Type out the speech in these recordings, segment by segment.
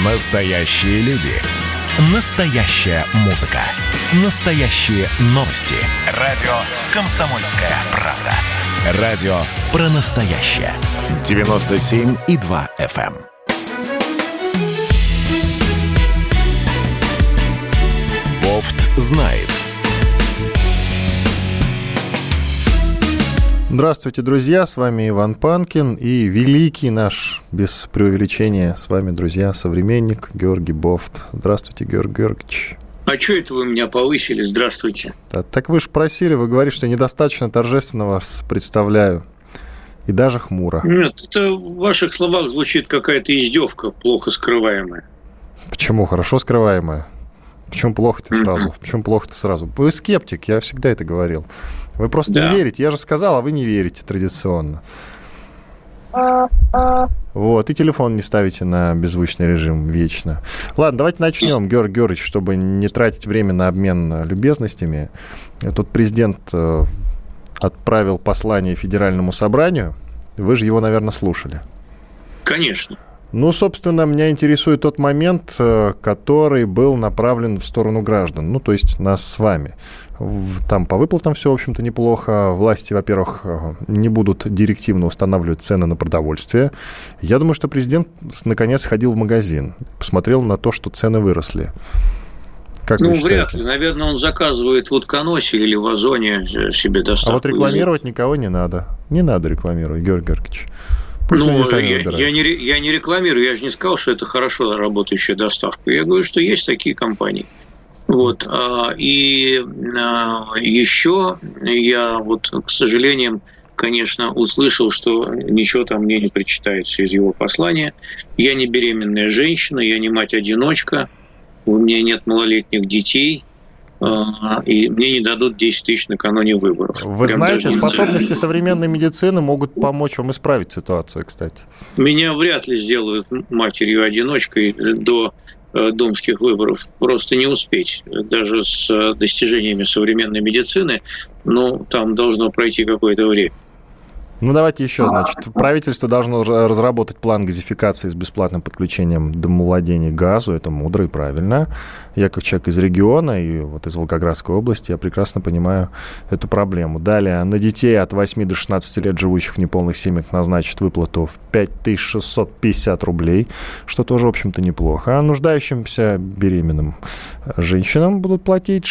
Настоящие люди. Настоящая музыка. Настоящие новости. Радио «Комсомольская правда». Радио про настоящее. 97,2 FM. Бофт знает. Здравствуйте, друзья, с вами Иван Панкин и великий наш, без преувеличения, с вами, друзья, современник Георгий Бофт. Здравствуйте, Георгий Георгиевич. А что это вы меня повысили? Здравствуйте. Так вы же просили, вы говорите, что недостаточно торжественно вас представляю. И даже хмуро. Нет, это в ваших словах звучит какая-то издевка, плохо скрываемая. Почему? Хорошо скрываемая. Почему плохо-то сразу? Почему плохо-то сразу? Вы скептик, я всегда это говорил. Вы просто не верите. Я же сказал, а вы не верите традиционно. Вот, и телефон не ставите на беззвучный режим вечно. Ладно, давайте начнем, Георгий Георгиевич, чтобы не тратить время на обмен любезностями. Тут президент отправил послание Федеральному собранию. Вы же его, наверное, слушали. Конечно. Ну, собственно, меня интересует тот момент, который был направлен в сторону граждан, ну, то есть нас с вами. Там по выплатам все, в общем-то, неплохо. Власти, во-первых, не будут директивно устанавливать цены на продовольствие. Я думаю, что президент, наконец, сходил в магазин, посмотрел на то, что цены выросли. Как вы считаете? Вряд ли. Наверное, он заказывает в Утконосе или в Озоне себе доставку. А вот рекламировать никого не надо. Не надо рекламировать, Георгий Георгиевич. Я не рекламирую, я же не сказал, что это хорошо работающая доставка. Я говорю, что есть такие компании. Вот. И еще я, к сожалению, конечно, услышал, что ничего там мне не причитается из его послания. Я не беременная женщина, я не мать-одиночка, у меня нет малолетних детей. И мне не дадут 10 тысяч накануне выборов. Вы знаете, способности современной медицины могут помочь вам исправить ситуацию, кстати. Меня вряд ли сделают матерью-одиночкой до домских выборов. Просто не успеть. Даже с достижениями современной медицины, там должно пройти какое-то время. Ну, давайте еще, значит. Правительство должно разработать план газификации с бесплатным подключением домовладений к газу. Это мудро и правильно. Я, как человек из региона и вот из Волгоградской области, я прекрасно понимаю эту проблему. Далее, на детей от 8 до 16 лет, живущих в неполных семьях, назначат выплату в 5650 рублей, что тоже, в общем-то, неплохо. А нуждающимся беременным женщинам будут платить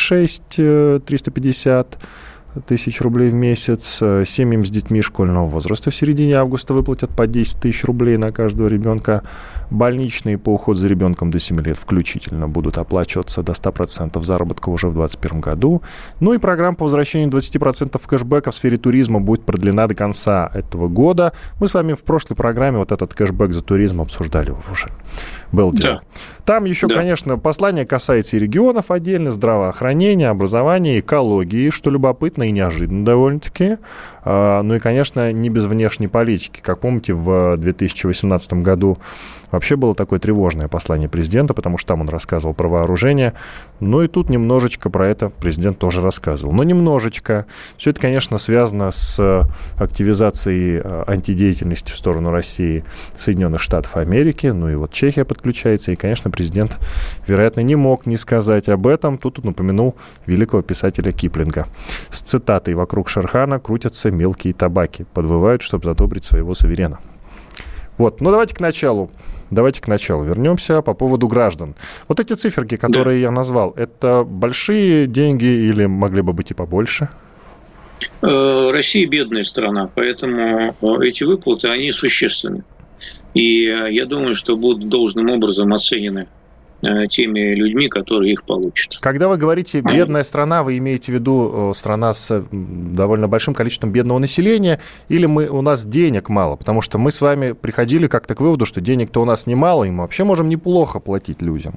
6350 тысяч рублей в месяц. Семьям с детьми школьного возраста в середине августа выплатят по 10 тысяч рублей на каждого ребенка. Больничные по уходу за ребенком до 7 лет включительно будут оплачиваться до 100% заработка уже в 2021 году. Ну и программа по возвращению 20% кэшбэка в сфере туризма будет продлена до конца этого года. Мы с вами в прошлой программе вот этот кэшбэк за туризм обсуждали уже. Был дело. Да. Там еще, конечно, послание касается и регионов отдельно, здравоохранения, образования, экологии, что любопытно и неожиданно довольно-таки. Ну и, конечно, не без внешней политики. Как помните, в 2018 году вообще было такое тревожное послание президента, потому что там он рассказывал про вооружение. Ну и тут немножечко про это президент тоже рассказывал. Но немножечко. Все это, конечно, связано с активизацией антидеятельности в сторону России Соединенных Штатов Америки. Ну и вот Чехия подключается. И, конечно, президент, вероятно, не мог не сказать об этом. Тут он упомянул великого писателя Киплинга. С цитатой: «Вокруг Шерхана крутятся мелкие табаки, подвывают, чтобы задобрить своего суверена». Вот, ну давайте к началу вернемся по поводу граждан. Вот эти циферки, которые я назвал, это большие деньги или могли бы быть и побольше? Россия бедная страна, поэтому эти выплаты, они существенны. И я думаю, что будут должным образом оценены теми людьми, которые их получат. Когда вы говорите «бедная страна», вы имеете в виду страна с довольно большим количеством бедного населения, или у нас денег мало? Потому что мы с вами приходили как-то к выводу, что денег-то у нас немало, и мы вообще можем неплохо платить людям.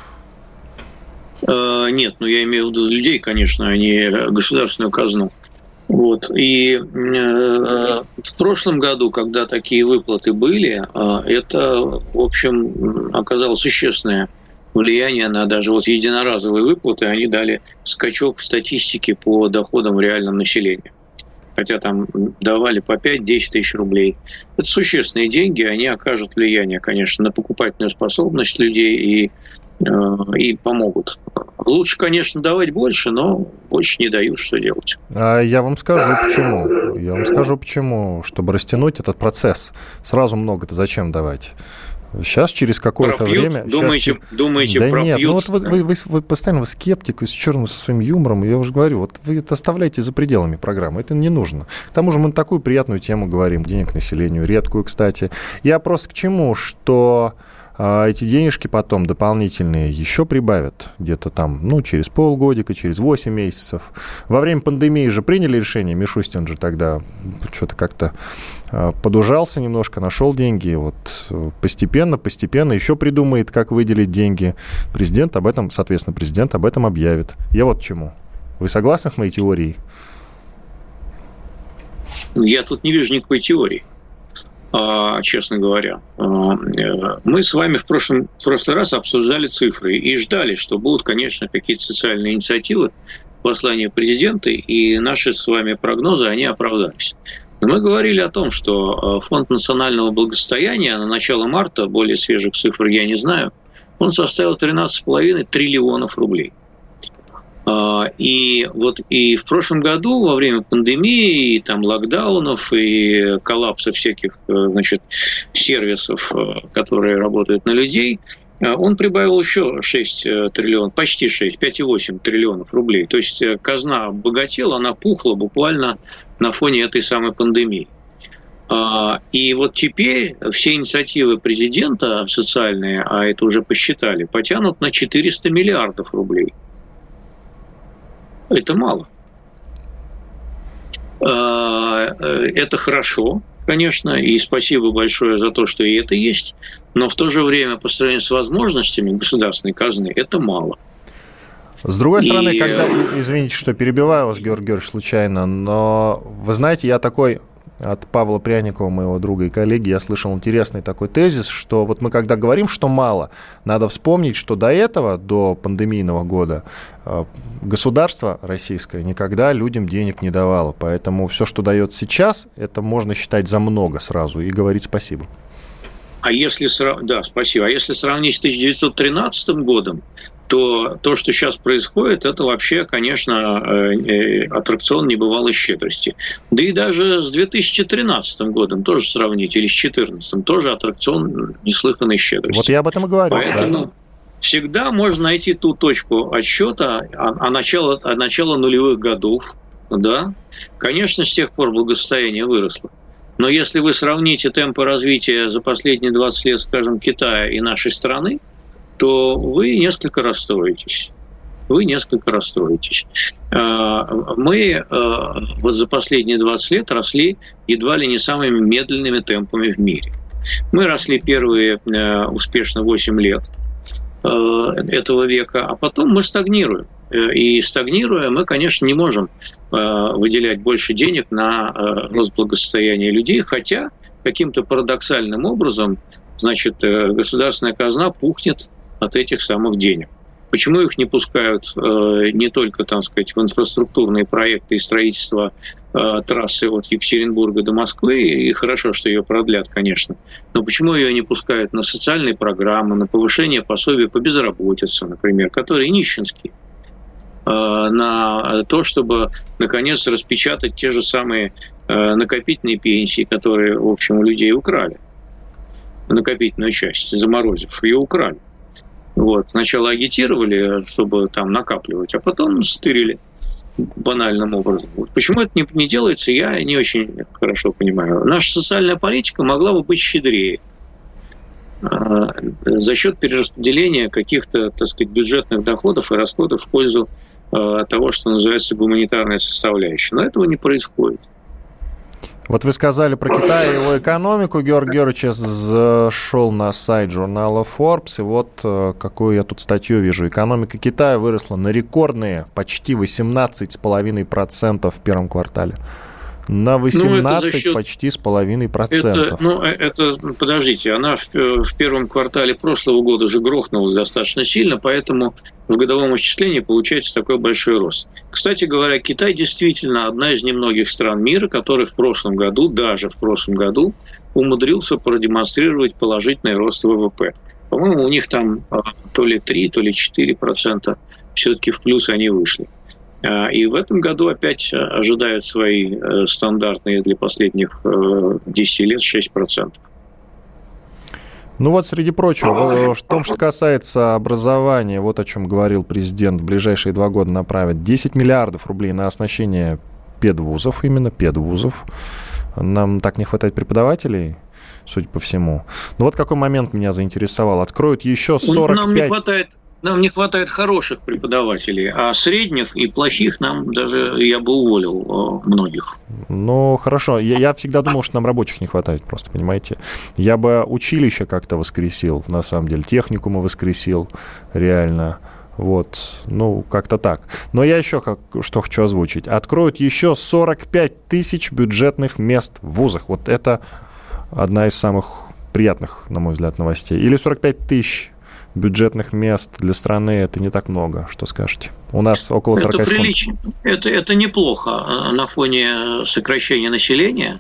Нет, я имею в виду людей, конечно, а не государственную казну. Вот. И в прошлом году, когда такие выплаты были, это, в общем, оказалось существенное влияние на даже единоразовые выплаты. Они дали скачок в статистике по доходам реального населения. хотя там давали по 5-10 тысяч рублей. Это существенные деньги, они окажут влияние, конечно, на покупательную способность людей и помогут. Лучше, конечно, давать больше, но больше не дают, что делать. Я вам скажу, почему. Чтобы растянуть этот процесс. Сразу много-то зачем давать? Сейчас через какое-то время... Думаете, да пропьют? Нет, ну вот вы постоянно вы черный со своим юмором, я уже говорю, вот вы это оставляете за пределами программы, это не нужно. К тому же мы такую приятную тему говорим, денег населению, редкую, кстати. Я просто к чему, что... эти денежки потом дополнительные еще прибавят где-то там, через полгодика, через 8 месяцев. Во время пандемии же приняли решение, Мишустин же тогда что-то как-то подужался немножко, нашел деньги. Вот постепенно еще придумает, как выделить деньги. Президент об этом объявит. Я вот к чему. Вы согласны с моей теорией? Я тут не вижу никакой теории. Честно говоря. Мы с вами в прошлый раз обсуждали цифры и ждали, что будут, конечно, какие-то социальные инициативы, послания президента, и наши с вами прогнозы, они оправдались. Но мы говорили о том, что Фонд национального благосостояния на начало марта, более свежих цифр я не знаю, он составил 13,5 триллионов рублей. И в прошлом году во время пандемии, и там локдаунов, и коллапса всяких, сервисов, которые работают на людей, он прибавил еще 6 триллионов, почти 6, 5,8 триллионов рублей. То есть казна обогатела, она пухла буквально на фоне этой самой пандемии. И вот теперь все инициативы президента социальные, а это уже посчитали, потянут на 400 миллиардов рублей. Это мало. Это хорошо, конечно, и спасибо большое за то, что и это есть, но в то же время по сравнению с возможностями государственной казны это мало. С другой стороны, когда... Извините, что перебиваю вас, Георгий Георгиевич, случайно, но вы знаете, я такой... От Павла Пряникова, моего друга и коллеги, я слышал интересный такой тезис, что вот мы когда говорим, что мало, надо вспомнить, что до этого, до пандемийного года, государство российское никогда людям денег не давало. Поэтому все, что дает сейчас, это можно считать за много сразу и говорить спасибо. Да, спасибо. А если сравнить с 1913 годом, то что сейчас происходит, это вообще, конечно, аттракцион небывалой щедрости. Да и даже с 2013 годом тоже сравнить, или с 2014, тоже аттракцион неслыханной щедрости. Вот я об этом и говорю. Поэтому всегда можно найти ту точку отсчета от начала нулевых годов. Да? Конечно, с тех пор благосостояние выросло. Но если вы сравните темпы развития за последние 20 лет, скажем, Китая и нашей страны, то вы несколько расстроитесь. Мы вот за последние 20 лет росли едва ли не самыми медленными темпами в мире. Мы росли первые успешно 8 лет этого века, а потом мы стагнируем. И стагнируя, мы, конечно, не можем выделять больше денег на рост благосостояния людей, хотя каким-то парадоксальным образом, государственная казна пухнет от этих самых денег. Почему их не пускают не только, в инфраструктурные проекты и строительство трассы от Екатеринбурга до Москвы, и хорошо, что ее продлят, конечно, но почему ее не пускают на социальные программы, на повышение пособия по безработице, например, которые нищенские, на то, чтобы, наконец, распечатать те же самые накопительные пенсии, которые, в общем, у людей украли, накопительную часть, заморозив, ее украли. Сначала агитировали, чтобы там накапливать, а потом стырили банальным образом. Почему это не делается, я не очень хорошо понимаю. Наша социальная политика могла бы быть щедрее за счет перераспределения каких-то, бюджетных доходов и расходов в пользу того, что называется гуманитарная составляющая. Но этого не происходит. Вот вы сказали про Китай и его экономику. Георгий Георгиевич зашел на сайт журнала Forbes, и вот какую я тут статью вижу. Экономика Китая выросла на рекордные почти 18,5% в первом квартале. На 18 почти с половиной процентов. Подождите, она в первом квартале прошлого года же грохнулась достаточно сильно, поэтому в годовом исчислении получается такой большой рост. Кстати говоря, Китай действительно одна из немногих стран мира, который даже в прошлом году умудрился продемонстрировать положительный рост ВВП. По-моему, у них там то ли 3, то ли 4% все-таки в плюс они вышли. И в этом году опять ожидают свои стандартные для последних 10 лет 6%. Ну вот, среди прочего, в том, что касается образования, вот о чем говорил президент, в ближайшие 2 года направит 10 миллиардов рублей на оснащение педвузов, именно педвузов. Нам так не хватает преподавателей, судя по всему. Но вот какой момент меня заинтересовал. Откроют еще 45... Нам не хватает хороших преподавателей, а средних и плохих я бы уволил многих. Ну, хорошо. Я всегда думал, что нам рабочих не хватает просто, понимаете. Я бы училище как-то воскресил, на самом деле. Техникумы воскресил, реально. Вот, как-то так. Но я еще что хочу озвучить. Откроют еще 45 тысяч бюджетных мест в вузах. Вот это одна из самых приятных, на мой взгляд, новостей. Или 45 тысяч бюджетных мест для страны, это не так много. Что скажете? У нас около 40. Это прилично. Это неплохо. На фоне сокращения населения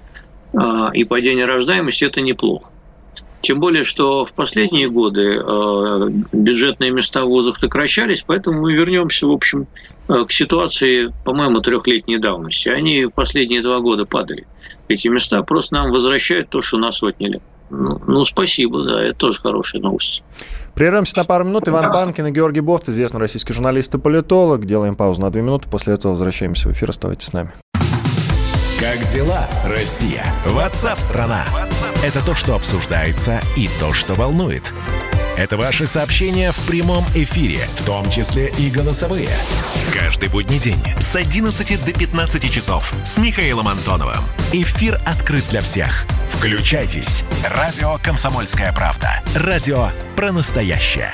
и падения рождаемости это неплохо. Тем более, что в последние годы бюджетные места в вузах сокращались, поэтому мы вернемся, в общем, к ситуации, по-моему, 3-летней давности. Они в последние 2 года падали. Эти места просто нам возвращают то, что у нас отняли. Спасибо, да, это тоже хорошая новость. Прервемся на пару минут. Иван Панкин и Георгий Бофт, известный российский журналист и политолог. Делаем паузу на 2 минуты, после этого возвращаемся в эфир. Оставайтесь с нами. Как дела, Россия? WhatsApp-страна! Это то, что обсуждается и то, что волнует. Это ваши сообщения в прямом эфире, в том числе и голосовые. Каждый будний день с 11 до 15 часов с Михаилом Антоновым. Эфир открыт для всех. Включайтесь. Радио «Комсомольская правда». Радио про настоящее.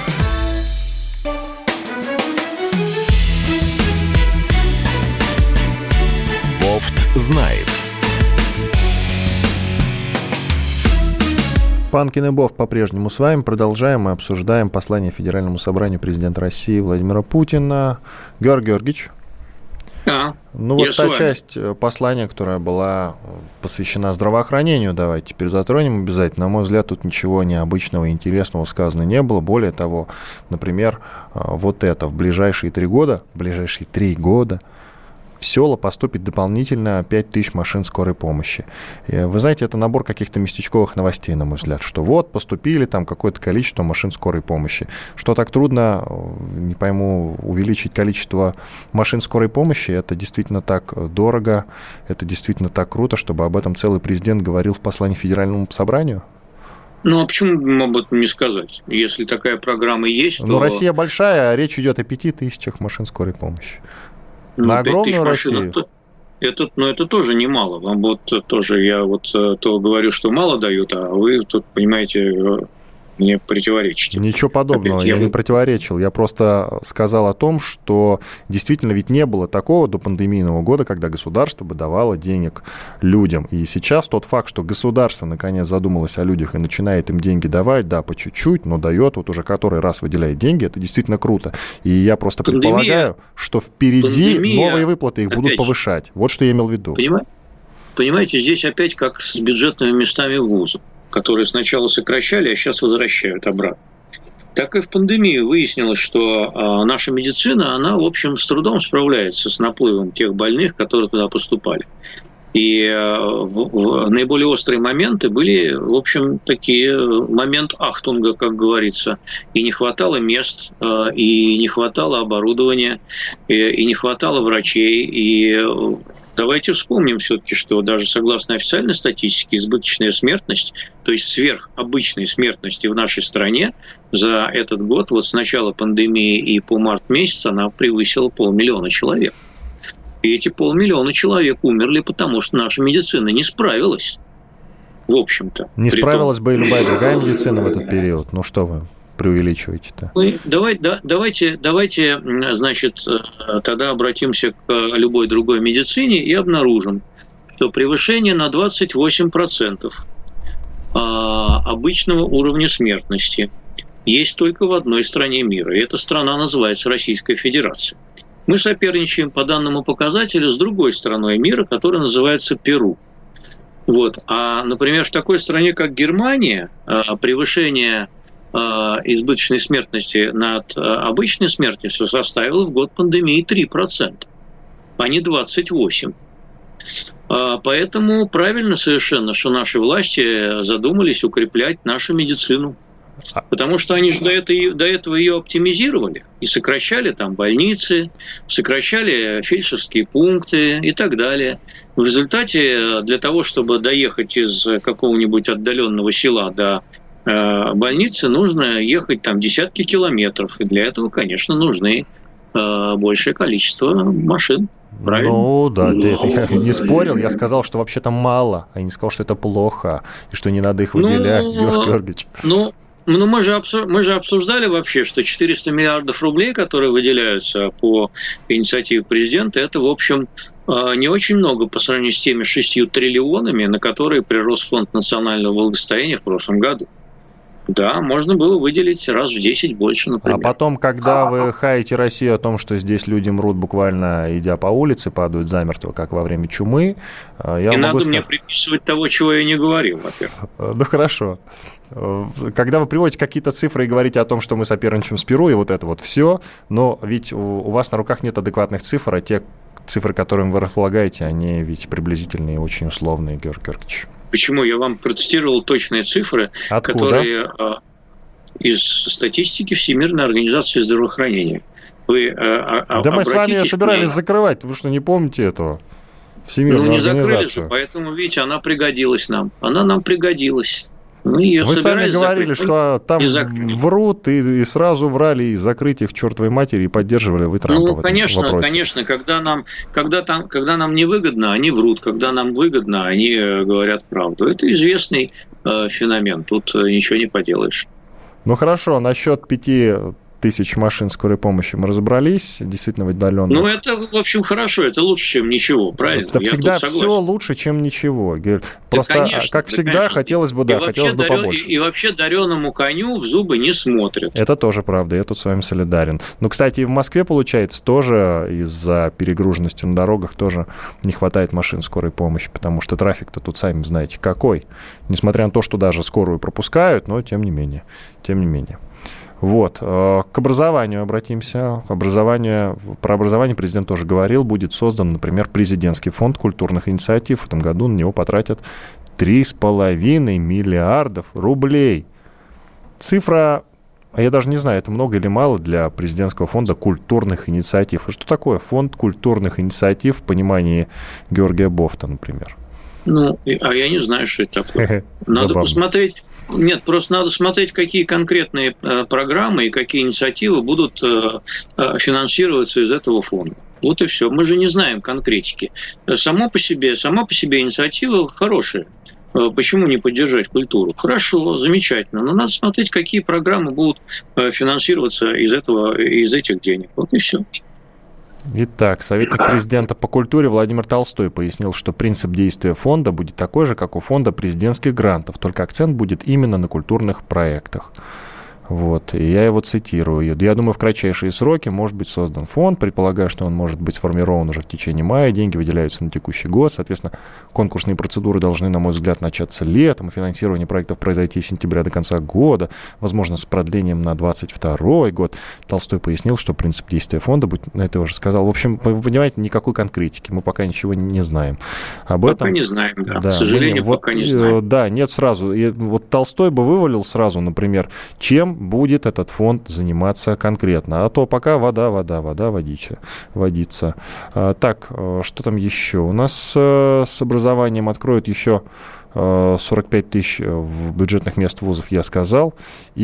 Бофт знает. Панкин и Бофт по-прежнему с вами. Продолжаем. Мы обсуждаем послание Федеральному собранию президента России Владимира Путина. Георгий Георгиевич. Вот та часть послания, которая была посвящена здравоохранению, давайте теперь затронем обязательно. На мой взгляд, тут ничего необычного и интересного сказано не было. Более того, например, вот это. В ближайшие 3 года в села поступит дополнительно 5 тысяч машин скорой помощи. И вы знаете, это набор каких-то местечковых новостей, на мой взгляд, что вот поступили там какое-то количество машин скорой помощи. Что так трудно, не пойму, увеличить количество машин скорой помощи, это действительно так дорого, это действительно так круто, чтобы об этом целый президент говорил в послании Федеральному собранию? А почему бы об этом не сказать? Если такая программа есть, то... Россия большая, а речь идет о 5 тысячах машин скорой помощи. На огромную Россию. Это тоже немало. Вам тоже я то говорю, что мало дают, а вы тут, понимаете, мне противоречите. Ничего подобного, я не противоречил. Я просто сказал о том, что действительно ведь не было такого до пандемийного года, когда государство бы давало денег людям. И сейчас тот факт, что государство наконец задумалось о людях и начинает им деньги давать, да, по чуть-чуть, но дает, вот уже который раз выделяет деньги, это действительно круто. И я просто предполагаю, что впереди новые выплаты их будут повышать. Вот что я имел в виду. Понимаете, здесь опять как с бюджетными местами в вузах, которые сначала сокращали, а сейчас возвращают обратно. Так и в пандемии выяснилось, что наша медицина, она, в общем, с трудом справляется с наплывом тех больных, которые туда поступали. И в наиболее острые моменты были, в общем, такие момент ахтунга, как говорится. И не хватало мест, и не хватало оборудования, и не хватало врачей, и... Давайте вспомним все-таки, что даже согласно официальной статистике избыточная смертность, то есть сверхобычной смертности в нашей стране за этот год, вот с начала пандемии и по март месяц, она превысила 500 000 человек. И эти 500 000 человек умерли, потому что наша медицина не справилась, в общем-то. Не справилась бы и любая другая медицина в этот период. Ну что вы преувеличиваете-то? Давайте, значит, тогда обратимся к любой другой медицине и обнаружим, что превышение на 28% обычного уровня смертности есть только в одной стране мира, и эта страна называется Российская Федерация. Мы соперничаем по данному показателю с другой страной мира, которая называется Перу. Вот. А, например, в такой стране, как Германия, превышение избыточной смертности над обычной смертностью составило в год пандемии 3%, а не 28%. Поэтому правильно совершенно, что наши власти задумались укреплять нашу медицину. Потому что они же до этого ее оптимизировали и сокращали там больницы, сокращали фельдшерские пункты и так далее. В результате для того, чтобы доехать из какого-нибудь отдаленного села до больницы, нужно ехать там десятки километров. И для этого, конечно, нужны большее количество машин. Правильно? Ну, да, я не спорил, я сказал, что вообще-то мало, а не сказал, что это плохо, и что не надо их выделять, Георгий Георгиевич. Ну, мы же обсуждали вообще, что 400 миллиардов рублей, которые выделяются по инициативе президента, это, в общем, не очень много по сравнению с теми 6 триллионами, на которые прирос Фонд национального благосостояния в прошлом году. Да, можно было выделить раз в 10 больше, например. А потом, когда вы хаете Россию о том, что здесь люди мрут буквально, идя по улице, падают замертво, как во время чумы, не надо мне приписывать того, чего я не говорил, во-первых. Ну, хорошо. Когда вы приводите какие-то цифры и говорите о том, что мы соперничаем с Перу, и вот это вот все, но ведь у вас на руках нет адекватных цифр, а те цифры, которыми вы располагаете, они ведь приблизительные и очень условные, Георгий Георгиевич. Почему? Я вам процитировал точные цифры, которые из статистики Всемирной организации здравоохранения. Да мы с вами собирались закрывать, вы что, не помните этого? Всемирную организацию. Закрыли же, поэтому, видите, она пригодилась нам. Она нам пригодилась. Вы сами говорили, что там врут, и сразу врали, и закрыть их чертовой матери, и поддерживали вы Трампа в этом вопросе. Конечно, когда нам невыгодно, они врут, когда нам выгодно, они говорят правду. Это известный феномен, тут ничего не поделаешь. Ну хорошо, насчет 5000 машин скорой помощи мы разобрались, действительно в отдаленных. Ну, это, в общем, хорошо, это лучше, чем ничего, правильно? Это всегда все лучше, чем ничего. Просто, конечно, как всегда, хотелось бы побольше. И вообще дареному коню в зубы не смотрят. Это тоже правда, я тут с вами солидарен. Но, кстати, и в Москве, получается, тоже из-за перегруженности на дорогах тоже не хватает машин скорой помощи, потому что трафик-то тут, сами знаете, какой. Несмотря на то, что даже скорую пропускают, но тем не менее. Вот. К образованию обратимся. Про образование президент тоже говорил. Будет создан, например, президентский фонд культурных инициатив. В этом году на него потратят 3,5 миллиардов рублей. Цифра, я даже не знаю, это много или мало для президентского фонда культурных инициатив. И что такое фонд культурных инициатив в понимании Георгия Бофта, например? Ну, а я не знаю, что это такое. Надо посмотреть. Нет, просто надо смотреть, какие конкретные программы и какие инициативы будут финансироваться из этого фонда. Вот и все. Мы же не знаем конкретики. Сама по себе инициатива хорошая. Почему не поддержать культуру? Хорошо, замечательно. Но надо смотреть, какие программы будут финансироваться из этих денег. Вот и все. Итак, советник президента по культуре Владимир Толстой пояснил, что принцип действия фонда будет такой же, как у фонда президентских грантов, только акцент будет именно на культурных проектах. Вот, и я его цитирую. Я думаю, в кратчайшие сроки может быть создан фонд. Предполагаю, что он может быть сформирован уже в течение мая. Деньги выделяются на текущий год. Соответственно, конкурсные процедуры должны, на мой взгляд, начаться летом. Финансирование проектов произойти с сентября до конца года. Возможно, с продлением на 2022 год. Толстой пояснил, что принцип действия фонда будет... Это я уже сказал. В общем, вы понимаете, никакой конкретики. Мы пока ничего не знаем. Об этом... Пока не знаем, да. К сожалению, пока не знаем. Да, нет сразу. И вот Толстой бы вывалил сразу, например, чем будет этот фонд заниматься конкретно. А то пока водица. Так, что там еще? У нас с образованием откроют еще 45 тысяч бюджетных мест вузов, я сказал.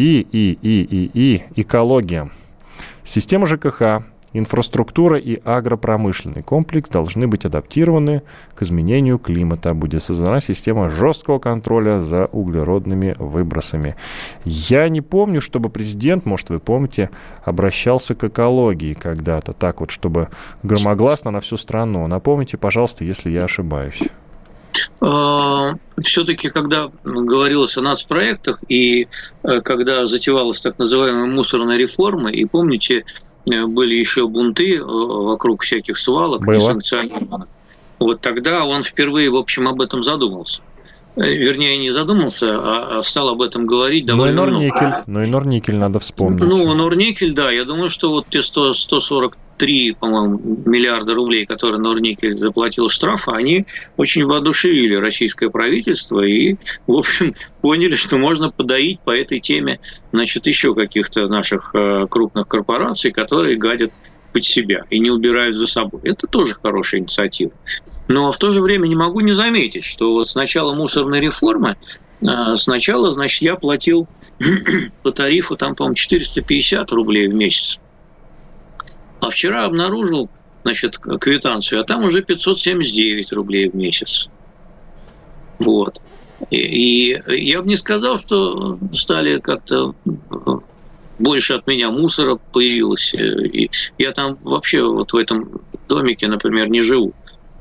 И экология. Система ЖКХ, инфраструктура и агропромышленный комплекс должны быть адаптированы к изменению климата. Будет создана система жесткого контроля за углеродными выбросами. Я не помню, чтобы президент, может, вы помните, обращался к экологии когда-то, так вот, чтобы громогласно на всю страну. Напомните, пожалуйста, если я ошибаюсь. Все-таки, когда говорилось о нацпроектах и когда затевалась так называемая мусорная реформа, и помните, были еще бунты вокруг всяких свалок несанкционированных, вот тогда он впервые, в общем, об этом задумался. Вернее, не задумался, а стал об этом говорить довольно много. Но и Норникель надо вспомнить. Норникель, да, я думаю, что вот те 143, по-моему, миллиарда рублей, которые Норникель заплатил штрафа, они очень воодушевили российское правительство и, в общем, поняли, что можно подоить по этой теме, значит, еще каких-то наших крупных корпораций, которые гадят под себя и не убирают за собой. Это тоже хорошая инициатива. Но в то же время не могу не заметить, что вот с начала мусорной реформы, сначала, значит, я платил по тарифу, там, по-моему, 450 рублей в месяц. А вчера обнаружил, значит, квитанцию, а там уже 579 рублей в месяц. Вот. И я бы не сказал, что стали как-то... больше от меня мусора появилось. И я там вообще вот в этом домике, например, не живу,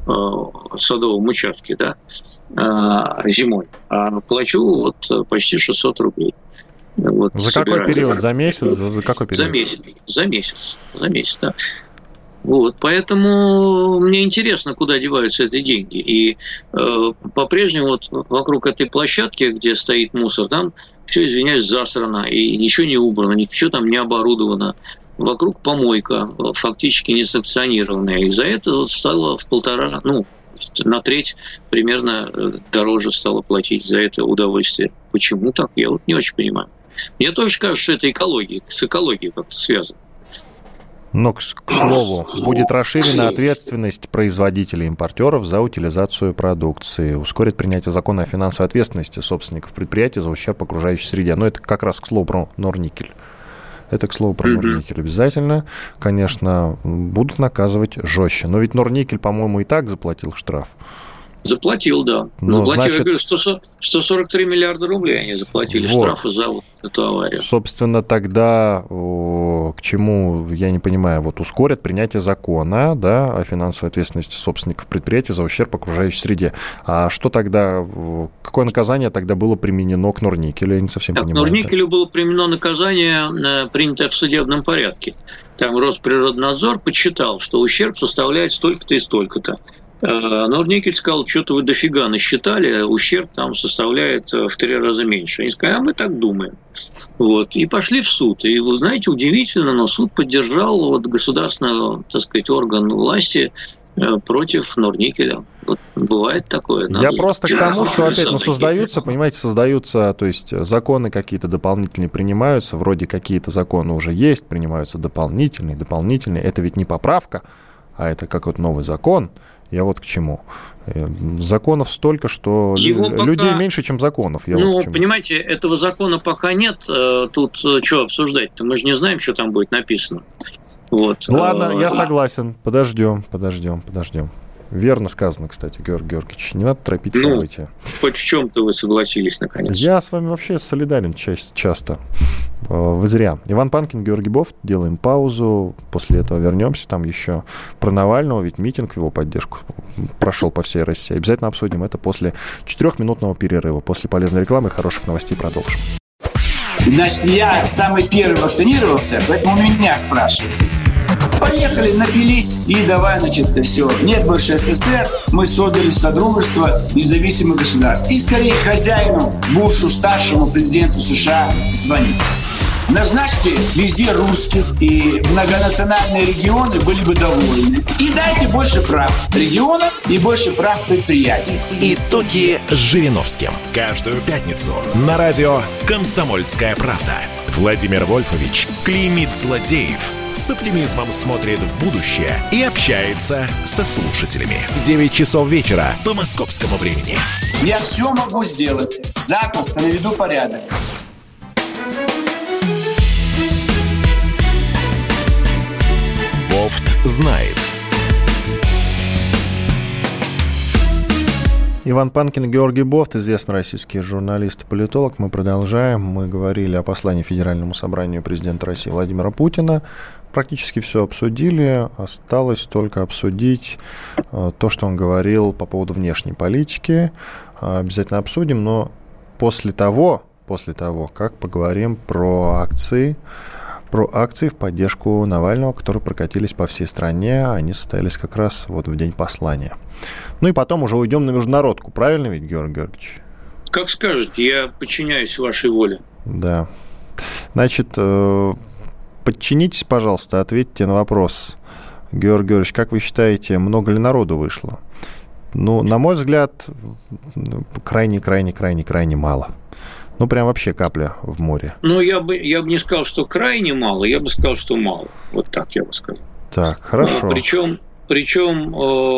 в садовом участке, да, зимой, а плачу вот почти 600 рублей. Вот, за какой период? За месяц? За какой период? За месяц, да. Вот, поэтому мне интересно, куда деваются эти деньги. И по-прежнему вот вокруг этой площадки, где стоит мусор, там все, извиняюсь, засрано, и ничего не убрано, ничего там не оборудовано. Вокруг помойка, фактически не санкционированная. И за это вот стало в 1,5, на треть примерно дороже стало платить за это удовольствие. Почему так? Я вот не очень понимаю. Мне тоже кажется, что это с экологией как-то связано. Но, к слову, будет расширена ответственность производителей и импортеров за утилизацию продукции. Ускорит принятие закона о финансовой ответственности собственников предприятий за ущерб окружающей среде. Но это как раз к слову про Норникель. Норникель обязательно, конечно, будут наказывать жестче. Но ведь Норникель, по-моему, и так заплатил штраф. Заплатил, да. Заплатил, я говорю, 143 миллиарда рублей они заплатили штрафы за вот эту аварию. Собственно, тогда к чему, я не понимаю, вот ускорят принятие закона, да, о финансовой ответственности собственников предприятий за ущерб окружающей среде. А что тогда, какое наказание тогда было применено к Норникелю? Я не совсем понимаю. К Норникелю было применено наказание, принятое в судебном порядке. Там Росприроднадзор подсчитал, что ущерб составляет столько-то и столько-то. Норникель сказал, что-то вы дофига насчитали, ущерб там составляет в 3 раза меньше. Они сказали, а мы так думаем. Вот. И пошли в суд. И вы знаете, удивительно, но суд поддержал вот государственный, так сказать, орган власти против Норникеля. Вот бывает такое. Я просто к тому, что опять, создаются, то есть законы какие-то дополнительные принимаются, вроде какие-то законы уже есть, принимаются дополнительные. Это ведь не поправка, а это какой-то новый закон. Я вот к чему. Законов столько, что людей меньше, чем законов. Понимаете, этого закона пока нет. Тут что обсуждать-то? Мы же не знаем, что там будет написано. Вот. Ладно, я согласен. Подождем. Верно сказано, кстати, Георгий Георгиевич. Не надо торопить события. Хоть в чем-то вы согласились, наконец. Я с вами вообще солидарен часто. Вы зря. Иван Панкин, Георгий Бофт. Делаем паузу. После этого вернемся. Там еще про Навального, ведь митинг в его поддержку прошел по всей России. Обязательно обсудим это после 4-минутного перерыва. После полезной рекламы и хороших новостей продолжим. Значит, я самый первый вакцинировался, поэтому меня спрашивают. Поехали, напились и давай, все. Нет больше СССР, мы создали Содружество независимых государств. И скорее хозяину, Бушу, старшему президенту США звонить. Назначьте везде русских, и многонациональные регионы были бы довольны. И дайте больше прав регионам и больше прав предприятий. Итоги с Жириновским. Каждую пятницу на радио «Комсомольская правда». Владимир Вольфович клеймит злодеев, с оптимизмом смотрит в будущее и общается со слушателями. 9 часов вечера по московскому времени. Я все могу сделать. Запросто наведу порядок. Бофт знает. Иван Панкин и Георгий Бофт, известный российский журналист и политолог. Мы продолжаем. Мы говорили о послании Федеральному собранию президента России Владимира Путина. Практически все обсудили. Осталось только обсудить то, что он говорил по поводу внешней политики. Обязательно обсудим, но после того, как поговорим про акции в поддержку Навального, которые прокатились по всей стране. Они состоялись как раз вот в день послания. Ну и потом уже уйдем на международку. Правильно ведь, Георгий Георгиевич? Как скажете, я подчиняюсь вашей воле. Да. Значит, подчинитесь, пожалуйста, ответьте на вопрос. Георгий Георгиевич, как вы считаете, много ли народу вышло? Ну, на мой взгляд, крайне мало. Ну, прям вообще капля в море. Ну, я бы не сказал, что крайне мало, я бы сказал, что мало. Вот так я бы сказал. Так, хорошо. Причем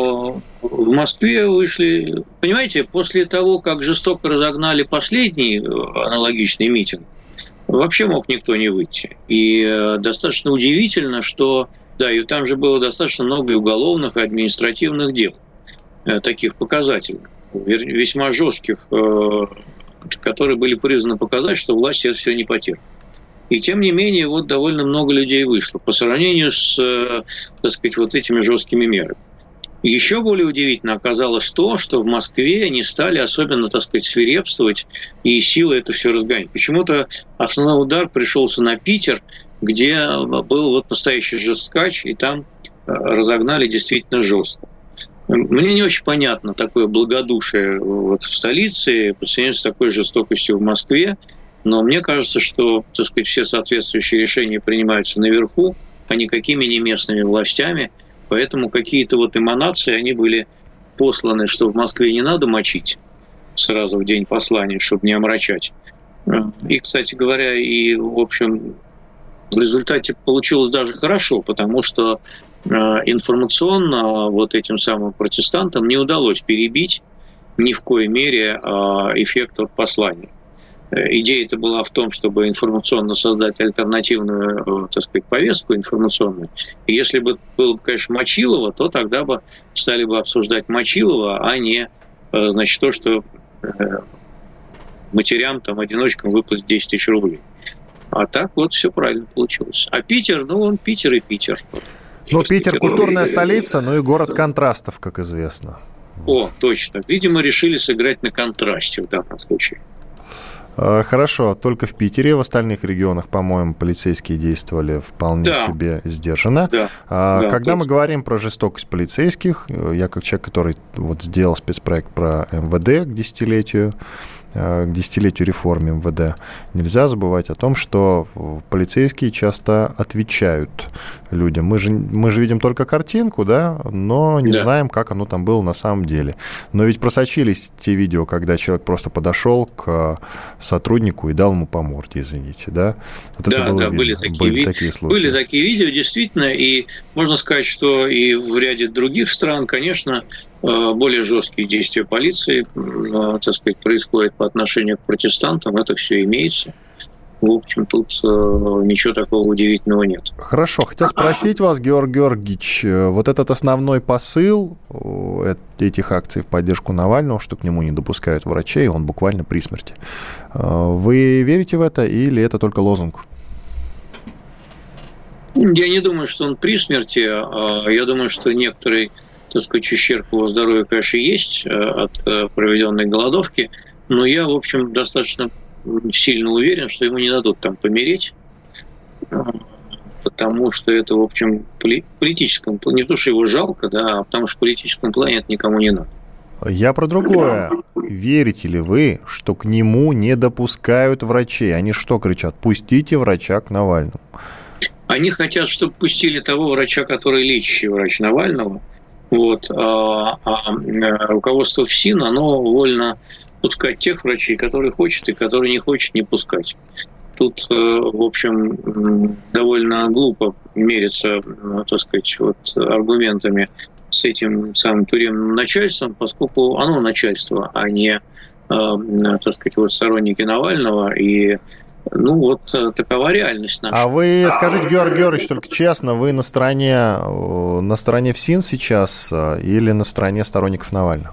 в Москве вышли... Понимаете, после того, как жестоко разогнали последний аналогичный митинг, вообще мог никто не выйти. И достаточно удивительно, что... Да, и там же было достаточно много и уголовных, и административных дел, таких показательных, весьма жестких, которые были призваны показать, что власть это все не потерпит. И тем не менее, вот довольно много людей вышло по сравнению с, так сказать, вот этими жесткими мерами. Еще более удивительно оказалось то, что в Москве они стали особенно, так сказать, свирепствовать и силой это все разгонять. Почему-то основной удар пришелся на Питер, где был вот настоящий жесткач, и там разогнали действительно жестко. Мне не очень понятно такое благодушие вот в столице по сравнению с такой жестокостью в Москве, но мне кажется, что, так сказать, все соответствующие решения принимаются наверху, а никакими не местными властями, поэтому какие-то вот эманации, они были посланы, что в Москве не надо мочить сразу в день послания, чтобы не омрачать. И, кстати говоря, и, в общем, в результате получилось даже хорошо, потому что информационно вот этим самым протестантам не удалось перебить ни в коей мере эффект от послания. Идея-то была в том, чтобы информационно создать альтернативную, так сказать, повестку информационную. И если бы было, конечно, Мочилово, то тогда бы стали бы обсуждать Мочилово, а не, значит, то, что матерям, там, одиночкам выплатить 10 тысяч рублей. А так вот все правильно получилось. А Питер, ну, он Питер и Питер. Ну, Питер культурная столица, ну и город контрастов, как известно. О, точно. Видимо, решили сыграть на контрасте в данном случае. Хорошо, только в Питере, в остальных регионах, по-моему, полицейские действовали вполне себе сдержанно. Когда мы говорим про жестокость полицейских, я как человек, который вот сделал спецпроект про МВД к десятилетию реформы МВД, нельзя забывать о том, что полицейские часто отвечают людям. Мы же видим только картинку, да, но не знаем, как оно там было на самом деле. Но ведь просочились те видео, когда человек просто подошел к сотруднику и дал ему по морде, извините, да? Вот это было видно. Были такие случаи. Были такие видео, действительно, и можно сказать, что и в ряде других стран, конечно, более жесткие действия полиции, так сказать, происходят по отношению к протестантам, это все имеется. В общем, тут ничего такого удивительного нет. Хорошо, хотел спросить вас, Георгий Георгиевич, вот этот основной посыл этих акций в поддержку Навального, что к нему не допускают врачей, он буквально при смерти. Вы верите в это или это только лозунг? Я не думаю, что он при смерти. Я думаю, что некоторый, так сказать, ущерб его здоровью, конечно, есть от проведенной голодовки, но я, в общем, достаточно сильно уверен, что ему не дадут там помереть, потому что это, в общем, в политическом плане, не то, что его жалко, да, а потому что в политическом плане это никому не надо. Я про другое. Верите ли вы, что к нему не допускают врачей? Они что кричат? Пустите врача к Навальному. Они хотят, чтобы пустили того врача, который лечащий врач Навального. Вот. А руководство ФСИН, оно вольно пускать тех врачей, которые хочет и которые не хочет не пускать. Тут, в общем, довольно глупо мериться, так сказать, вот, аргументами с этим самым тюремным начальством, поскольку оно начальство, а не, так сказать, вот сторонники Навального. И, ну, вот такова реальность наша. А вы скажите, Георгий Георгиевич, только честно, вы на стороне ФСИН сейчас или на стороне сторонников Навального?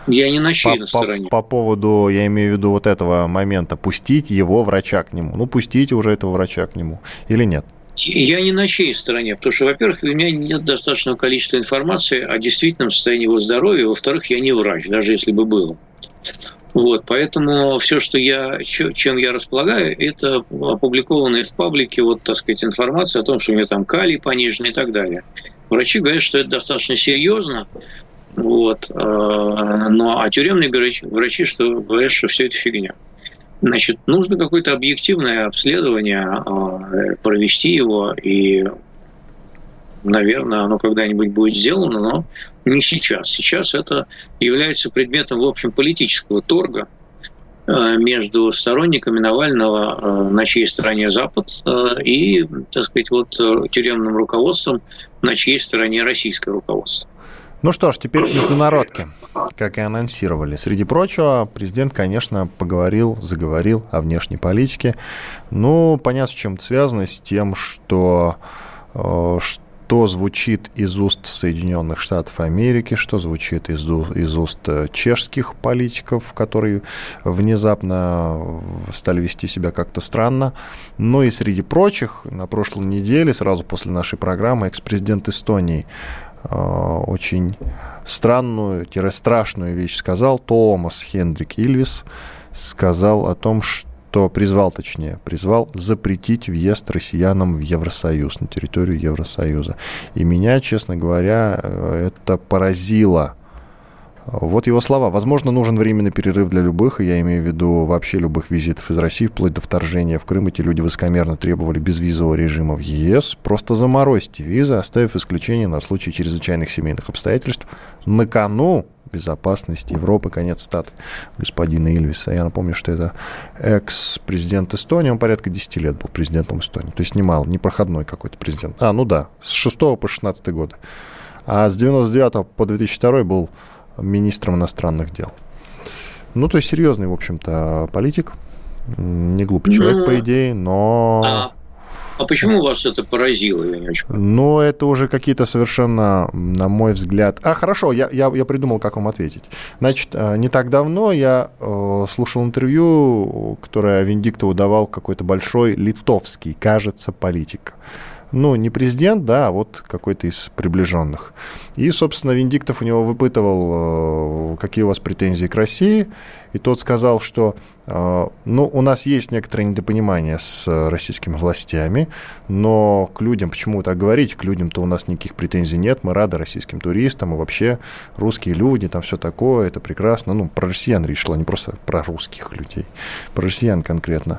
Я не на чьей стороне. По поводу, я имею в виду вот этого момента, пустить его врача к нему. Ну, пустите уже этого врача к нему. Или нет? Я не на чьей стороне, потому что, во-первых, у меня нет достаточного количества информации о действительном состоянии его здоровья, во-вторых, я не врач, даже если бы был. Вот, поэтому все, чем я располагаю, это опубликованная в паблике, вот, так сказать, информация о том, что у меня там калий понижен и так далее. Врачи говорят, что это достаточно серьезно, вот, а тюремные врачи говорят, что все это фигня. Значит, нужно какое-то объективное обследование, провести его, и, наверное, оно когда-нибудь будет сделано, но не сейчас. Сейчас это является предметом, в общем, политического торга между сторонниками Навального, на чьей стороне Запад, и, так сказать, вот тюремным руководством, на чьей стороне российское руководство. Ну что ж, теперь международки, как и анонсировали. Среди прочего, президент, конечно, заговорил о внешней политике. Ну, понятно, с чем это связано, с тем, что звучит из уст Соединенных Штатов Америки, что звучит из уст чешских политиков, которые внезапно стали вести себя как-то странно. Ну и среди прочих, на прошлой неделе, сразу после нашей программы, экс-президент Эстонии очень странную-страшную вещь сказал. Томас Хендрик Ильвис сказал о том, что призвал запретить въезд россиянам в Евросоюз, на территорию Евросоюза. И меня, честно говоря, это поразило. Вот его слова. Возможно, нужен временный перерыв для любых, и я имею в виду вообще любых визитов из России, вплоть до вторжения в Крым. Эти люди высокомерно требовали безвизового режима в ЕС. Просто заморозьте визы, оставив исключение на случай чрезвычайных семейных обстоятельств. На кону безопасности Европы, конец цитаты господина Ильвиса. Я напомню, что это экс-президент Эстонии, он порядка 10 лет был президентом Эстонии. То есть немало, непроходной какой-то президент. С 6 по 16 годы. А с 99 по 2002 был министром иностранных дел. Ну, то есть серьезный, в общем-то, политик. Не глупый человек, по идее, но... А почему вас это поразило? Я не очень понимаю. Ну, это уже какие-то совершенно, на мой взгляд... Хорошо, я придумал, как вам ответить. Значит, не так давно я слушал интервью, которое Венедиктову давал какой-то большой литовский, кажется, политик. Ну, не президент, да, а вот какой-то из приближенных. И, собственно, Венедиктов у него выпытывал, какие у вас претензии к России. И тот сказал, что у нас есть некоторое недопонимание с российскими властями, но к людям, почему вы так говорите, к людям-то у нас никаких претензий нет, мы рады российским туристам, и вообще русские люди, там все такое, это прекрасно. Ну, про россиян речь шла, не просто про русских людей, про россиян конкретно.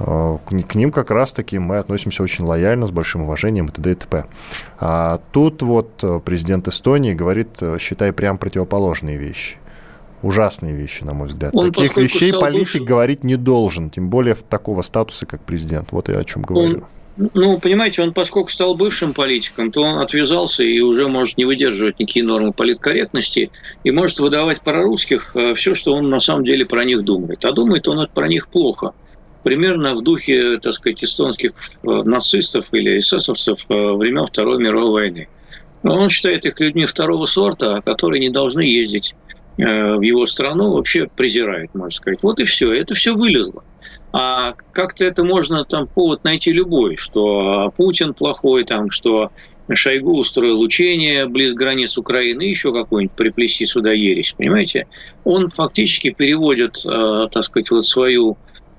К ним как раз-таки мы относимся очень лояльно, с большим уважением и т.д. и т.п. А тут вот президент Эстонии говорит, считай, прям противоположные вещи. Ужасные вещи, на мой взгляд. Таких вещей политик говорить не должен, тем более в такого статуса, как президент. Вот я о чем говорю. Понимаете, он, поскольку стал бывшим политиком, то он отвязался и уже может не выдерживать никакие нормы политкорректности и может выдавать про русских все, что он на самом деле про них думает. А думает он про них плохо. Примерно в духе, так сказать, эстонских нацистов или эсэсовцев времен Второй мировой войны. Он считает их людьми второго сорта, которые не должны ездить в его страну, вообще презирает, можно сказать. Вот и все. Это все вылезло. А как-то это можно там повод найти любой, что Путин плохой, там, что Шойгу устроил учение близ границ Украины, еще какой-нибудь приплести сюда ересь, понимаете? Он фактически переводит, так сказать, вот свою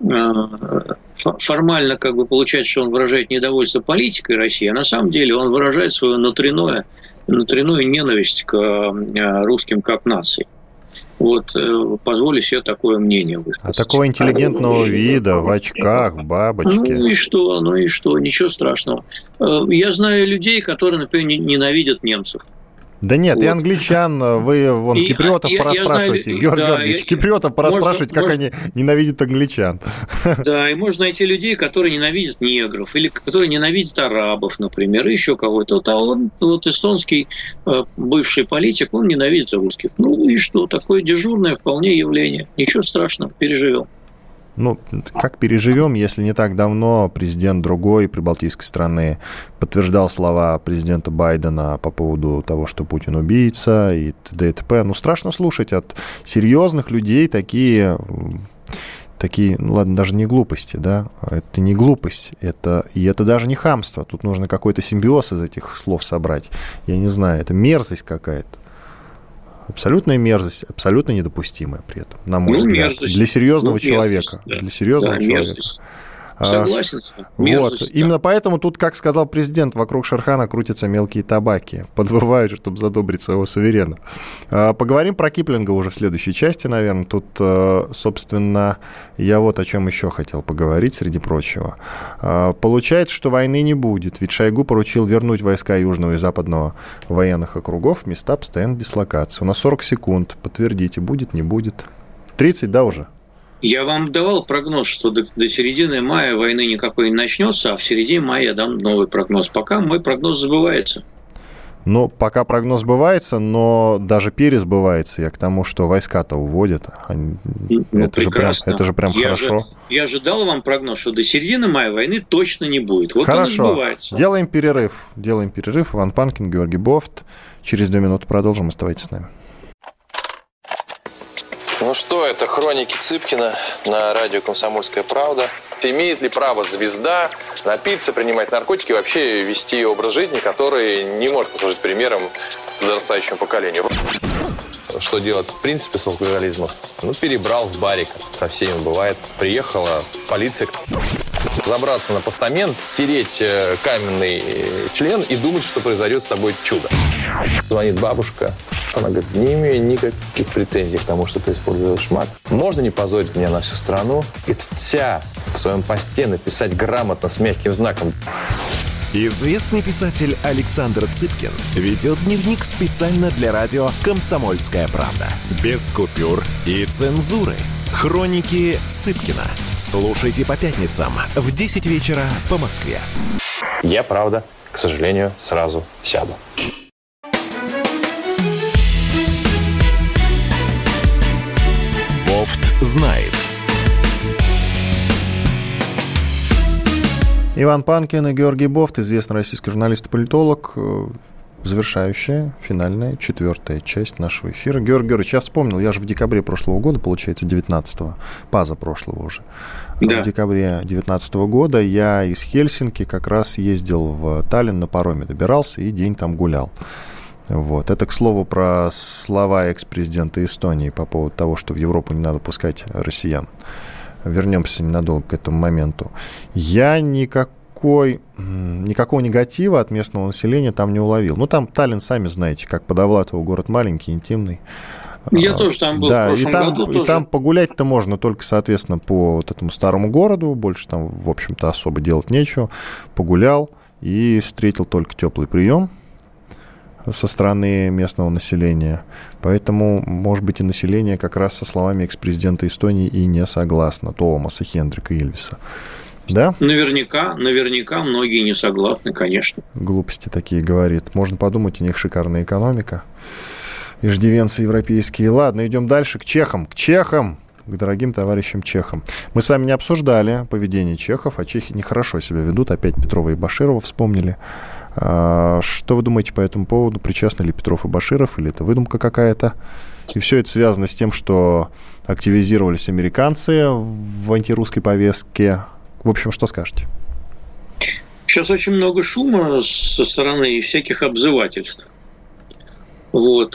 формально как бы получается, что он выражает недовольство политикой России, а на самом деле он выражает свою внутреннюю ненависть к русским как нации. Вот, позволю себе такое мнение высказать. А такого интеллигентного вида, в очках, в бабочке. Ну и что, ничего страшного. Я знаю людей, которые, например, ненавидят немцев. Да нет, вот. И англичан, вы вон киприотов пораспрашиваете, Георгий Георгиевич, киприотов пораспрашивать, как они ненавидят англичан. Да, и можно найти людей, которые ненавидят негров, или которые ненавидят арабов, например, и еще кого-то. Вот эстонский бывший политик, он ненавидит русских. Ну и что, такое дежурное вполне явление. Ничего страшного, переживем. как переживем, если не так давно президент другой прибалтийской страны подтверждал слова президента Байдена по поводу того, что Путин убийца и т.д. и т.п. Страшно слушать от серьезных людей такие, ладно, даже не глупости, да, это не глупость, это даже не хамство, тут нужно какой-то симбиоз из этих слов собрать, я не знаю, это мерзость какая-то. Абсолютная мерзость, абсолютно недопустимая при этом, на мой взгляд. Мерзость. Для серьезного человека. Да. Для серьезного человека. Мерзость. Согласен с ним. Вот. Именно поэтому тут, как сказал президент, вокруг Шерхана крутятся мелкие табаки. Подвывают, чтобы задобрить своего суверена. Поговорим про Киплинга уже в следующей части, наверное. Тут, собственно, я вот о чем еще хотел поговорить, среди прочего. Получается, что войны не будет, ведь Шойгу поручил вернуть войска Южного и Западного военных округов в места постоянной дислокации. У нас 40 секунд. Подтвердите, будет, не будет. 30, да, уже? Я вам давал прогноз, что до середины мая войны никакой не начнется, а в середине мая я дам новый прогноз. Пока мой прогноз сбывается. Пока прогноз сбывается, но даже пересбывается. Я к тому, что войска-то уводят. Это же прям хорошо. Я же дал вам прогноз, что до середины мая войны точно не будет. Вот хорошо. Он и сбывается. Делаем перерыв. Иван Панкин, Георгий Бофт. Через 2 минуты продолжим. Оставайтесь с нами. Ну что, это хроники Цыпкина на радио «Комсомольская правда». Имеет ли право звезда напиться, принимать наркотики и вообще вести образ жизни, который не может послужить примером подрастающему поколению? Что делать в принципе с алкоголизмом? Перебрал в барик, со всеми бывает. Приехала полиция. Забраться на постамент, тереть каменный член и думать, что произойдет с тобой чудо. Звонит бабушка. Она говорит, не имею никаких претензий к тому, что ты используешь мат. Можно не позорить меня на всю страну и вся в своем посте написать грамотно с мягким знаком. Известный писатель Александр Цыпкин ведет дневник специально для радио «Комсомольская правда». Без купюр и цензуры. Хроники Цыпкина. Слушайте по пятницам в 10 вечера по Москве. Я, правда, к сожалению, сразу сяду. Бофт знает. Иван Панкин и Георгий Бофт, известный российский журналист и политолог. Завершающая, финальная, 4-я часть нашего эфира. Георгий Георгиевич, я вспомнил, я же в декабре прошлого года, получается, 19-го, позапрошлого уже. Да. В декабре 2019 года я из Хельсинки как раз ездил в Таллин, на пароме добирался и день там гулял. Вот. Это, к слову, про слова экс-президента Эстонии по поводу того, что в Европу не надо пускать россиян. Вернемся ненадолго к этому моменту. Я никакого негатива от местного населения там не уловил. Там Таллин, сами знаете, как по Довлатову, город маленький, интимный. Я тоже там был в прошлом году. И там погулять-то можно только, соответственно, по вот этому старому городу. Больше там, в общем-то, особо делать нечего. Погулял и встретил только теплый прием со стороны местного населения. Поэтому, может быть, и население как раз со словами экс-президента Эстонии и не согласно. Туомаса Хендрика Ильвеса. Да? Наверняка многие не согласны, конечно. Глупости такие говорит. Можно подумать, у них шикарная экономика. Иждивенцы европейские. Ладно, идем дальше к чехам. К дорогим товарищам чехам. Мы с вами не обсуждали поведение чехов, а чехи нехорошо себя ведут. Опять Петрова и Баширова вспомнили. Что вы думаете по этому поводу? Причастны ли Петров и Баширов, или это выдумка какая-то? И все это связано с тем, что активизировались американцы в антирусской повестке. В общем, что скажете? Сейчас очень много шума со стороны всяких обзывательств. Вот.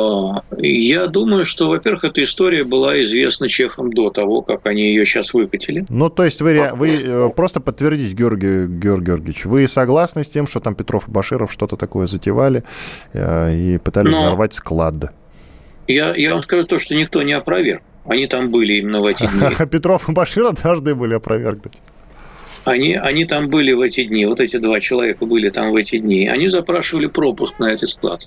Я думаю, что, во-первых, эта история была известна чехам до того, как они ее сейчас выкатили. То есть вы просто подтвердите, Георгий Георгиевич, вы согласны с тем, что там Петров и Баширов что-то такое затевали и пытались взорвать склад? Я вам скажу то, что никто не опроверг. Они там были именно в эти дни. Петров и Баширов должны были опровергнуть. Они там были в эти дни. Вот эти 2 человека были там в эти дни. Они запрашивали пропуск на этот склад.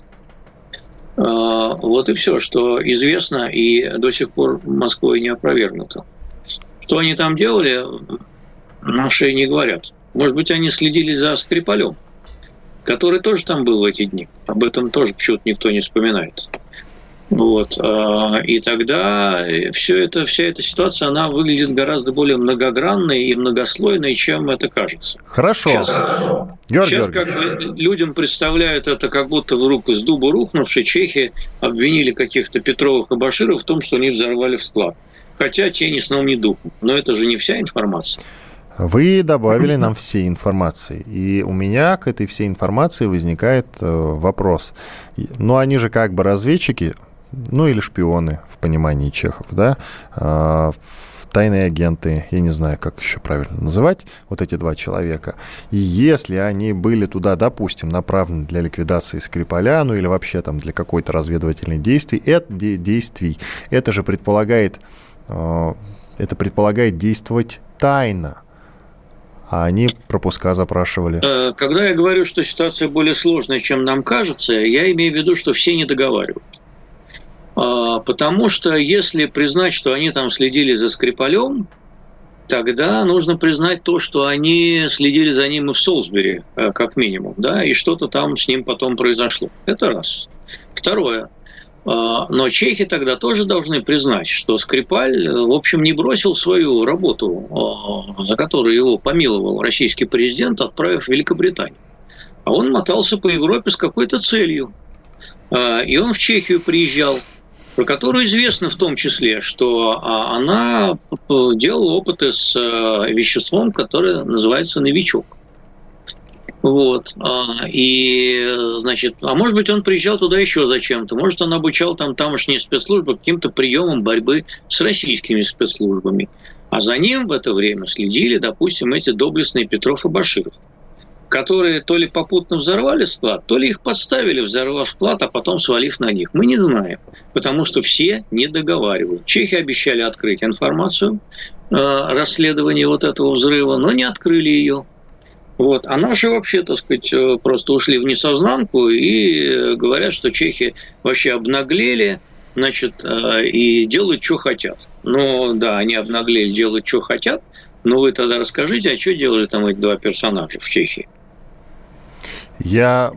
Вот и все, что известно, и до сих пор Москвой не опровергнуто. Что они там делали, наши не говорят. Может быть, они следили за Скрипалем, который тоже там был в эти дни. Об этом тоже почему-то никто не вспоминает. Вот. И тогда вся эта ситуация, она выглядит гораздо более многогранной и многослойной, чем это кажется. Хорошо. Сейчас как бы людям представляют это, как будто вдруг из дуба рухнувшей чехи обвинили каких-то Петровых и Баширов в том, что они взорвали склад. Хотя те ни сном, ни духом. Но это же не вся информация. Вы добавили нам всей информации, и у меня к этой всей информации возникает вопрос. Ну, они же как бы разведчики, ну, или шпионы в понимании чехов, да, тайные агенты, я не знаю, как еще правильно называть, вот эти два человека. И если они были туда, допустим, направлены для ликвидации Скрипаля, ну, или вообще там для какой-то разведывательной действий, это же предполагает действовать тайно. А они пропуска запрашивали. Когда я говорю, что ситуация более сложная, чем нам кажется, я имею в виду, что все не договаривают. Потому что если признать, что они там следили за Скрипалем, тогда нужно признать то, что они следили за ним и в Солсбери, как минимум, да, и что-то там с ним потом произошло. Это раз. Второе. Но чехи тогда тоже должны признать, что Скрипаль, в общем, не бросил свою работу, за которую его помиловал российский президент, отправив в Великобританию. А он мотался по Европе с какой-то целью. И он в Чехию приезжал, про которую известно в том числе, что она делала опыты с веществом, которое называется «Новичок». Вот. И, значит, может быть, он приезжал туда еще зачем-то. Может, он обучал там тамошние спецслужбы каким-то приемам борьбы с российскими спецслужбами. А за ним в это время следили, допустим, эти доблестные Петров и Баширов, которые то ли попутно взорвали склад, то ли их подставили, взорвав склад, а потом свалив на них. Мы не знаем, потому что все не договаривают. Чехи обещали открыть информацию расследования вот этого взрыва, но не открыли ее. Вот. А наши вообще, так сказать, просто ушли в несознанку и говорят, что чехи вообще обнаглели, значит, и делают, что хотят. Ну, да, они обнаглели, делают, что хотят, но вы тогда расскажите, а что делали там эти два персонажа в Чехии? Я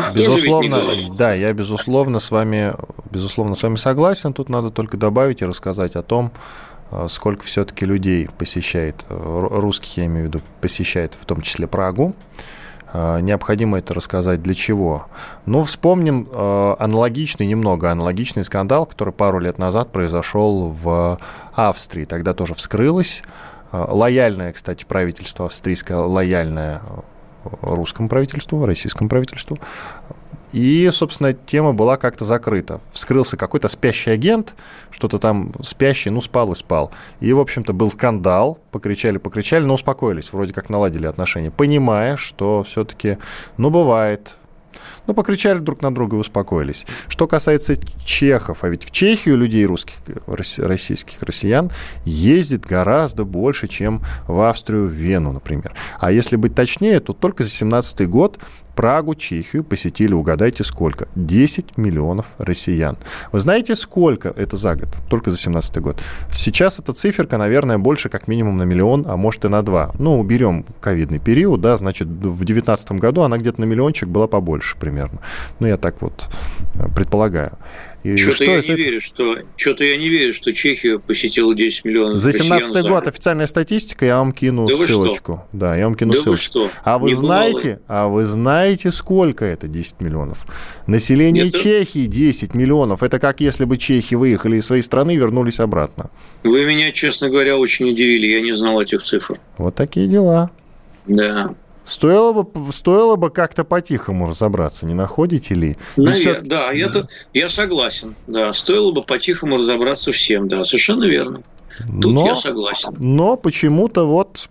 безусловно с вами согласен. Тут надо только добавить и рассказать о том, сколько все-таки людей посещает, русских, я имею в виду, посещает в том числе Прагу. Необходимо это рассказать для чего. Но вспомним аналогичный скандал, который пару лет назад произошел в Австрии. Тогда тоже вскрылось. Лояльное, кстати, правительство австрийское, лояльное русскому правительству, российскому правительству. И, собственно, тема была как-то закрыта. Вскрылся какой-то спящий агент, что-то там спящий, спал и спал. И, в общем-то, был скандал, покричали, но успокоились, вроде как наладили отношения, понимая, что все-таки, бывает. Покричали друг на друга и успокоились. Что касается чехов, а ведь в Чехию людей русских, российских россиян ездит гораздо больше, чем в Австрию, в Вену, например. А если быть точнее, то только за 2017 год Прагу, Чехию посетили, угадайте, сколько? 10 миллионов россиян. Вы знаете, сколько это за год? Только за 2017 год. Сейчас эта циферка, наверное, больше как минимум на 1 миллион, а может и на 2. Уберем ковидный период, да, значит, в 2019 году она где-то на миллиончик была побольше примерно. Я так вот предполагаю. Что-то я не верю, что Чехию посетило 10 миллионов за 2017 год официальная статистика, я вам кину ссылочку. Да, я вам кину ссылочку. А вы знаете, сколько это 10 миллионов? Население Чехии 10 миллионов. Это как если бы чехи выехали из своей страны и вернулись обратно. Вы меня, честно говоря, очень удивили. Я не знал этих цифр. Вот такие дела. Да. Стоило бы как-то по-тихому разобраться, не находите ли? Да, я согласен. Да, стоило бы по-тихому разобраться всем, да, совершенно верно. Тут я согласен. Но почему-то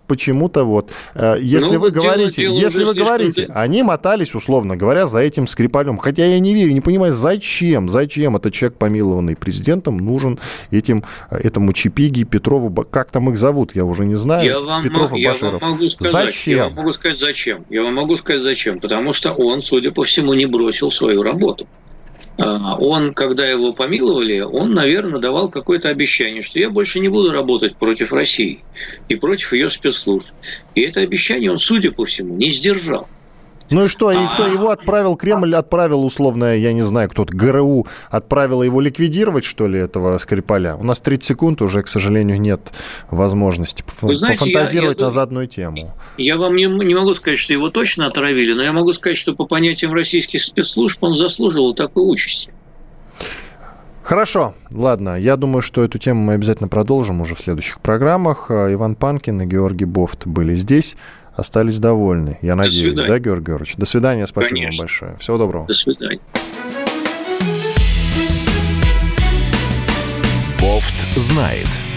если вы говорите, они мотались, условно говоря, за этим Скрипалем. Хотя я не верю, не понимаю, зачем этот человек, помилованный президентом, нужен этому Чипиги, Петрову, как там их зовут, я уже не знаю. Петров и Баширов. Я вам могу сказать, зачем. Потому что он, судя по всему, не бросил свою работу. Он, когда его помиловали, он, наверное, давал какое-то обещание, что я больше не буду работать против России и против ее спецслужб. И это обещание он, судя по всему, не сдержал. Ну и что? И кто его отправил? Кремль отправил, условно, я не знаю, кто-то, ГРУ отправила его ликвидировать, что ли, этого Скрипаля? У нас 30 секунд уже, к сожалению, нет возможности пофантазировать на заданную тему. Я вам не могу сказать, что его точно отравили, но я могу сказать, что по понятиям российских спецслужб он заслуживал такой участи. Хорошо, ладно. Я думаю, что эту тему мы обязательно продолжим уже в следующих программах. Иван Панкин и Георгий Бофт были здесь. Остались довольны. Я надеюсь, да, Георгий Георгиевич? До свидания, спасибо вам большое. Всего доброго. До свидания. Бофт знает.